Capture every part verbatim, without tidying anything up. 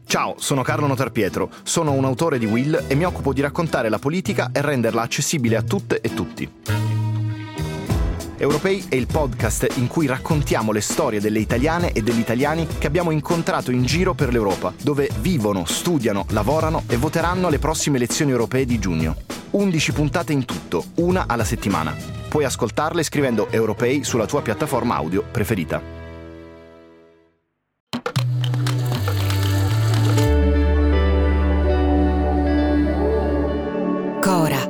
Ciao, sono Carlo Notarpietro, sono un autore di Will e mi occupo di raccontare la politica e renderla accessibile a tutte e tutti. Europei è il podcast in cui raccontiamo le storie delle italiane e degli italiani che abbiamo incontrato in giro per l'Europa, dove vivono, studiano, lavorano e voteranno alle prossime elezioni europee di giugno. undici puntate in tutto, una alla settimana. Puoi ascoltarle scrivendo Europei sulla tua piattaforma audio preferita. Cora.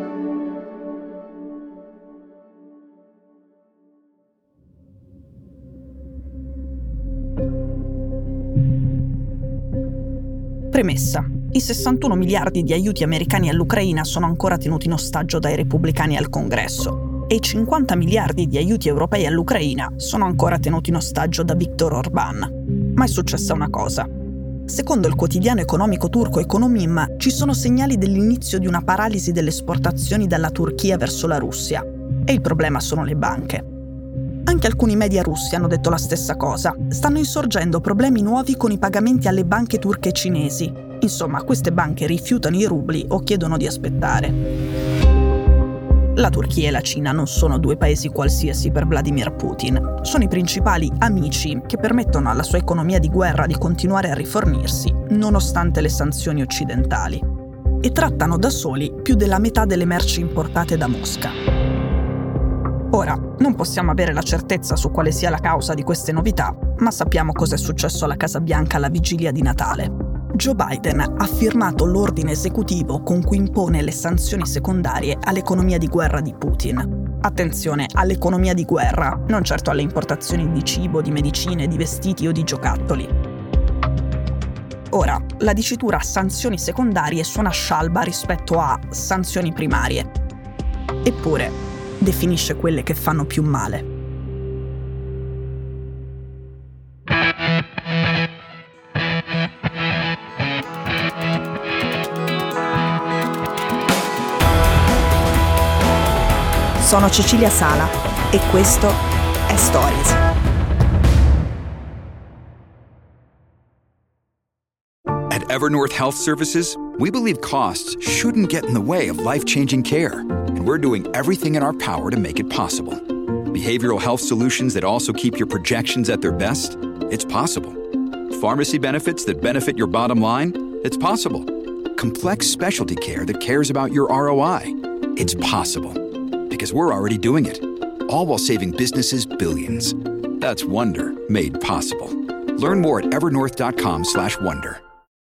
Premessa. I sessantuno miliardi di aiuti americani all'Ucraina sono ancora tenuti in ostaggio dai repubblicani al Congresso e i cinquanta miliardi di aiuti europei all'Ucraina sono ancora tenuti in ostaggio da Viktor Orbán. Ma è successa una cosa. Secondo il quotidiano economico turco Ekonomim, ci sono segnali dell'inizio di una paralisi delle esportazioni dalla Turchia verso la Russia. E il problema sono le banche. Anche alcuni media russi hanno detto la stessa cosa. Stanno insorgendo problemi nuovi con i pagamenti alle banche turche e cinesi. Insomma, queste banche rifiutano i rubli o chiedono di aspettare. La Turchia e la Cina non sono due paesi qualsiasi per Vladimir Putin. Sono i principali amici che permettono alla sua economia di guerra di continuare a rifornirsi, nonostante le sanzioni occidentali. E trattano da soli più della metà delle merci importate da Mosca. Ora, non possiamo avere la certezza su quale sia la causa di queste novità, ma sappiamo cosa è successo alla Casa Bianca alla vigilia di Natale. Joe Biden ha firmato l'ordine esecutivo con cui impone le sanzioni secondarie all'economia di guerra di Putin. Attenzione, all'economia di guerra, non certo alle importazioni di cibo, di medicine, di vestiti o di giocattoli. Ora, la dicitura sanzioni secondarie suona scialba rispetto a sanzioni primarie. Eppure, definisce quelle che fanno più male. Sono Cecilia Sala e questo è Stories. At Evernorth Health Services, we believe costs shouldn't get in the way of life-changing care, and we're doing everything in our power to make it possible. Behavioral health solutions that also keep your projections at their best? It's possible. Pharmacy benefits that benefit your bottom line? It's possible. Complex specialty care that cares about your R O I? It's possible. Because we're already doing it, all while saving businesses billions. That's Wonder made possible. Learn more at evernorth.com slash wonder.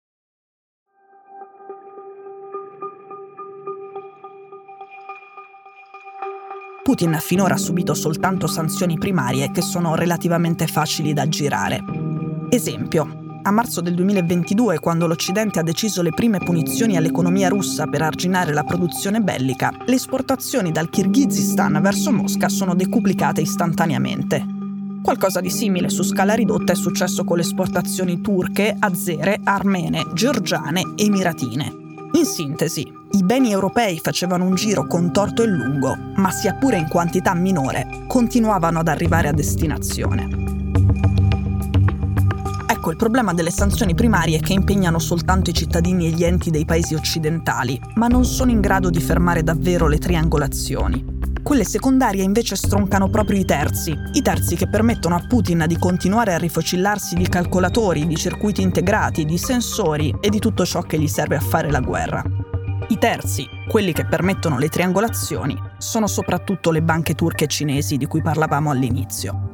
Putin ha finora subito soltanto sanzioni primarie che sono relativamente facili da aggirare. Esempio, a marzo del duemilaventidue, quando l'Occidente ha deciso le prime punizioni all'economia russa per arginare la produzione bellica, le esportazioni dal Kirghizistan verso Mosca sono decuplicate istantaneamente. Qualcosa di simile su scala ridotta è successo con le esportazioni turche, azere, armene, georgiane e emiratine. In sintesi, i beni europei facevano un giro contorto e lungo, ma sia pure in quantità minore, continuavano ad arrivare a destinazione. Ecco, il problema delle sanzioni primarie è che impegnano soltanto i cittadini e gli enti dei paesi occidentali, ma non sono in grado di fermare davvero le triangolazioni. Quelle secondarie invece stroncano proprio i terzi, i terzi che permettono a Putin di continuare a rifocillarsi di calcolatori, di circuiti integrati, di sensori e di tutto ciò che gli serve a fare la guerra. I terzi, quelli che permettono le triangolazioni, sono soprattutto le banche turche e cinesi di cui parlavamo all'inizio.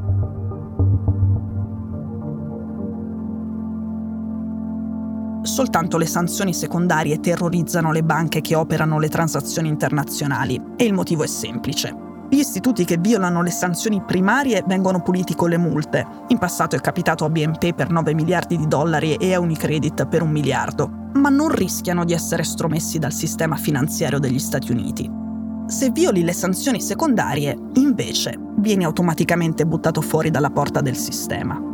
Soltanto le sanzioni secondarie terrorizzano le banche che operano le transazioni internazionali e il motivo è semplice. Gli istituti che violano le sanzioni primarie vengono puniti con le multe. In passato è capitato a B N P per nove miliardi di dollari e a Unicredit per un miliardo, ma non rischiano di essere estromessi dal sistema finanziario degli Stati Uniti. Se violi le sanzioni secondarie, invece, vieni automaticamente buttato fuori dalla porta del sistema.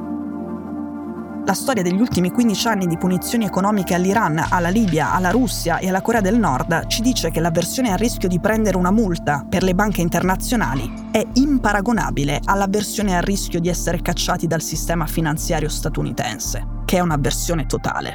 La storia degli ultimi quindici anni di punizioni economiche all'Iran, alla Libia, alla Russia e alla Corea del Nord ci dice che l'avversione al rischio di prendere una multa per le banche internazionali è imparagonabile all'avversione al rischio di essere cacciati dal sistema finanziario statunitense, che è un'avversione totale.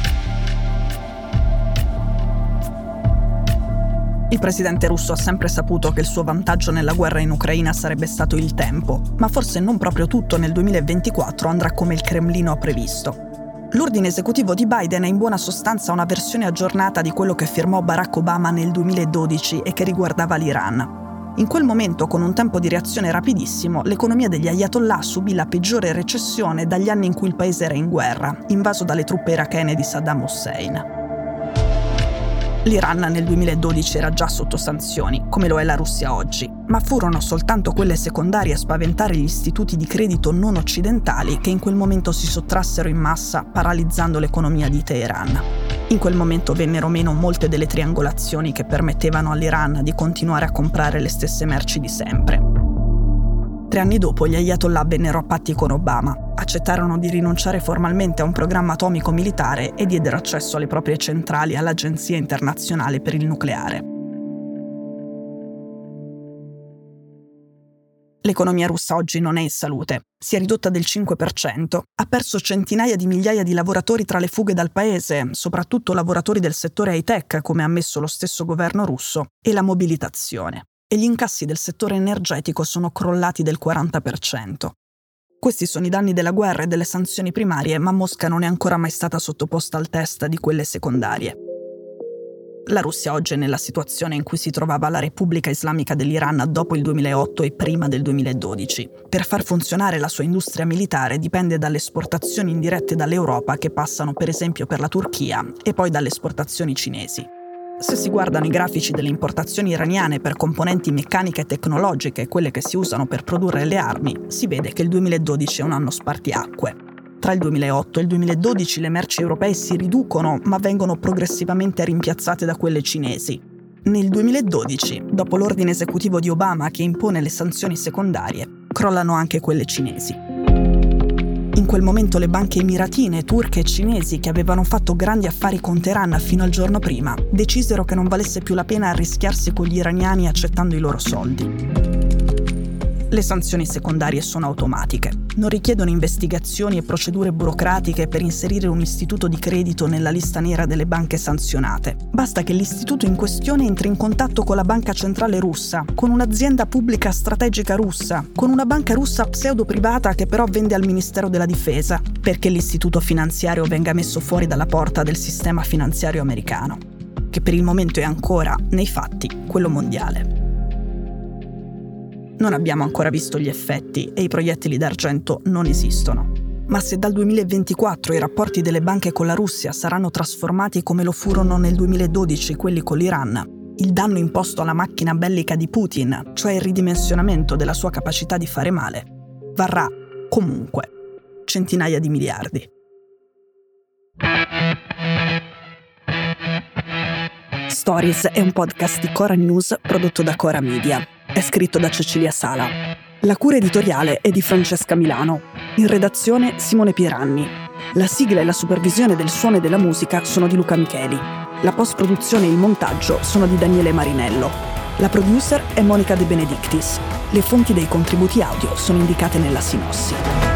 Il presidente russo ha sempre saputo che il suo vantaggio nella guerra in Ucraina sarebbe stato il tempo, ma forse non proprio tutto nel duemilaventiquattro andrà come il Cremlino ha previsto. L'ordine esecutivo di Biden è in buona sostanza una versione aggiornata di quello che firmò Barack Obama nel duemiladodici e che riguardava l'Iran. In quel momento, con un tempo di reazione rapidissimo, l'economia degli Ayatollah subì la peggiore recessione dagli anni in cui il paese era in guerra, invaso dalle truppe irachene di Saddam Hussein. L'Iran nel duemiladodici era già sotto sanzioni, come lo è la Russia oggi, ma furono soltanto quelle secondarie a spaventare gli istituti di credito non occidentali che in quel momento si sottrassero in massa, paralizzando l'economia di Teheran. In quel momento vennero meno molte delle triangolazioni che permettevano all'Iran di continuare a comprare le stesse merci di sempre. Tre anni dopo gli Ayatollah vennero a patti con Obama, accettarono di rinunciare formalmente a un programma atomico militare e diedero accesso alle proprie centrali all'Agenzia internazionale per il nucleare. L'economia russa oggi non è in salute, si è ridotta del cinque per cento, ha perso centinaia di migliaia di lavoratori tra le fughe dal paese, soprattutto lavoratori del settore high-tech, come ha ammesso lo stesso governo russo, e la mobilitazione. E gli incassi del settore energetico sono crollati del quaranta per cento. Questi sono i danni della guerra e delle sanzioni primarie, ma Mosca non è ancora mai stata sottoposta al test di quelle secondarie. La Russia oggi è nella situazione in cui si trovava la Repubblica Islamica dell'Iran dopo il duemilaotto e prima del duemiladodici. Per far funzionare la sua industria militare dipende dalle esportazioni indirette dall'Europa che passano per esempio per la Turchia e poi dalle esportazioni cinesi. Se si guardano i grafici delle importazioni iraniane per componenti meccaniche e tecnologiche, quelle che si usano per produrre le armi, si vede che il duemiladodici è un anno spartiacque. Tra il duemilaotto e il duemiladodici le merci europee si riducono, ma vengono progressivamente rimpiazzate da quelle cinesi. Nel duemiladodici, dopo l'ordine esecutivo di Obama che impone le sanzioni secondarie, crollano anche quelle cinesi. In quel momento le banche emiratine, turche e cinesi, che avevano fatto grandi affari con Teheran fino al giorno prima, decisero che non valesse più la pena arrischiarsi con gli iraniani accettando i loro soldi. Le sanzioni secondarie sono automatiche, non richiedono investigazioni e procedure burocratiche per inserire un istituto di credito nella lista nera delle banche sanzionate. Basta che l'istituto in questione entri in contatto con la banca centrale russa, con un'azienda pubblica strategica russa, con una banca russa pseudo-privata che però vende al Ministero della Difesa, perché l'istituto finanziario venga messo fuori dalla porta del sistema finanziario americano, che per il momento è ancora, nei fatti, quello mondiale. Non abbiamo ancora visto gli effetti e i proiettili d'argento non esistono. Ma se dal duemilaventiquattro i rapporti delle banche con la Russia saranno trasformati come lo furono nel duemiladodici quelli con l'Iran, il danno imposto alla macchina bellica di Putin, cioè il ridimensionamento della sua capacità di fare male, varrà comunque centinaia di miliardi. Stories è un podcast di Cora News prodotto da Cora Media. È scritto da Cecilia Sala. La cura editoriale è di Francesca Milano. In redazione Simone Pieranni. La sigla e la supervisione del suono e della musica sono di Luca Micheli. La post-produzione e il montaggio sono di Daniele Marinello. La producer è Monica De Benedictis. Le fonti dei contributi audio sono indicate nella sinossi.